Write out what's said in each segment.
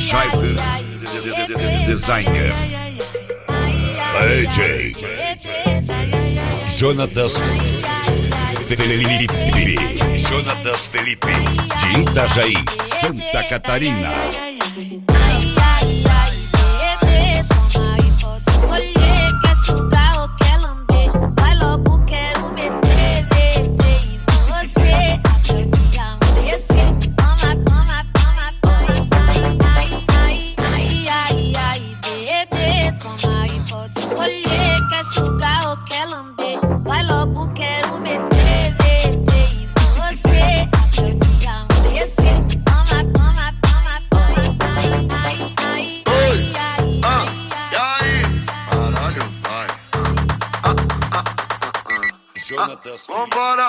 Cypher Designer AJ Jonatas Felipe de Itajaí, Santa Catarina. Vambora!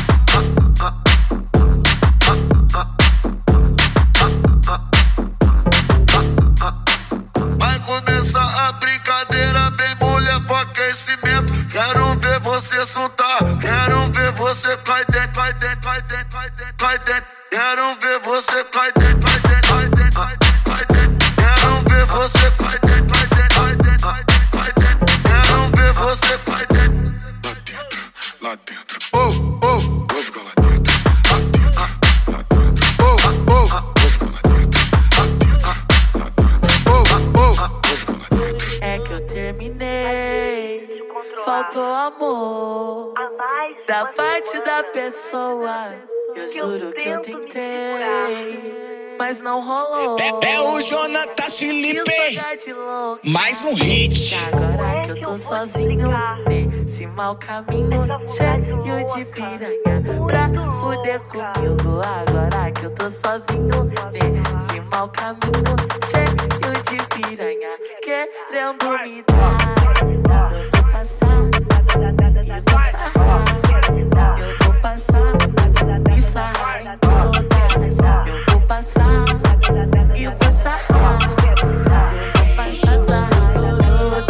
Vai começar a brincadeira, vem mulher pro aquecimento. Quero ver você soltar, quero ver você cai dentro, cai dentro, cai dentro, cai dentro, cai dentro. Quero ver você cai dentro, cai dentro, cai dentro, cai dentro. Quero ver você cai dentro, cai dentro, cai dentro, cai dentro. Quero ver você cai dentro. Lá dentro, oh, oh, vou jogar lá dentro, lá dentro, lá dentro, oh, oh, vou jogar lá dentro, lá dentro, lá dentro, oh, oh, vou jogar lá dentro. É que eu terminei, faltou amor da parte da pessoa. Eu juro que eu tentei, mas não rolou. É o Jonatas Felipe, mais um hit. Agora que eu tô sozinho nesse mau caminho, cheio de piranha pra fuder comigo. Agora que eu tô sozinho nesse mau caminho, cheio de piranha querendo me dar. Eu vou passar e vou sarrar. Eu vou passar e sarrar em todas. Eu vou passar e vou sarrar. Eu vou passar sarrando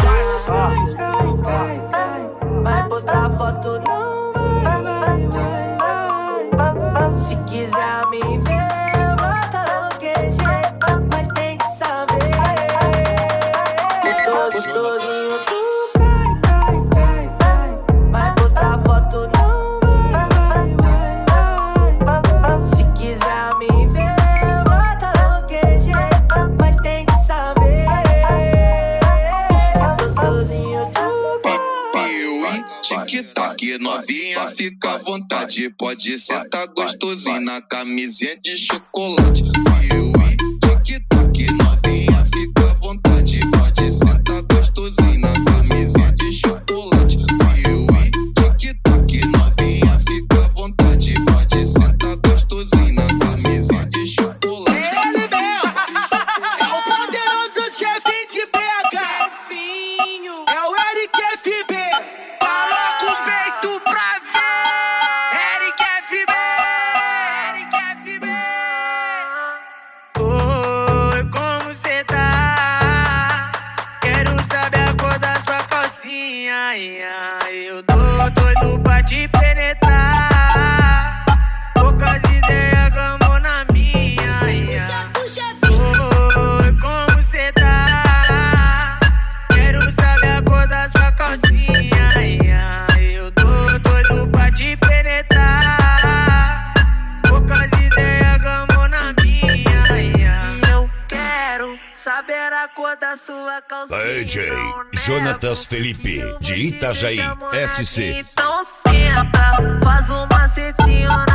todas. Vai postar foto não, vai. Se quiser me ver, bota qualquer jeito, mas tem que saber. Gostosinho tu vai postar foto não, vai. Se quiser me ver, bota qualquer jeito, mas tem que saber. Gostosinho tu TikTok novinha, fica à vontade. Pode sentar gostosinho na camisinha de chocolate. TikTok novinha, fica à vontade. Pode sentar gostosinho na camisinha de chocolate. TikTok novinha, fica à vontade. Pode sentar gostosinho na camisinha de chocolate. Ele mesmo é o poderoso chefe de BH. É o Eric FB. Coloca o peito pra ver. Eric FB. Eric FB. Oi, como cê tá? Quero saber a cor da sua calcinha. Eu tô doido pra te penetrar. Poucas ideias, gamou na minha. Oi, como cê tá? Quero saber a cor da sua calcinha. Eu tô doido pra te penetrar. Poucas ideias, gamou na minha. E eu quero saber a cor da sua calcinha. AJ Jonatas Felipe de Itajaí, SC. Então senta, faz um macetinho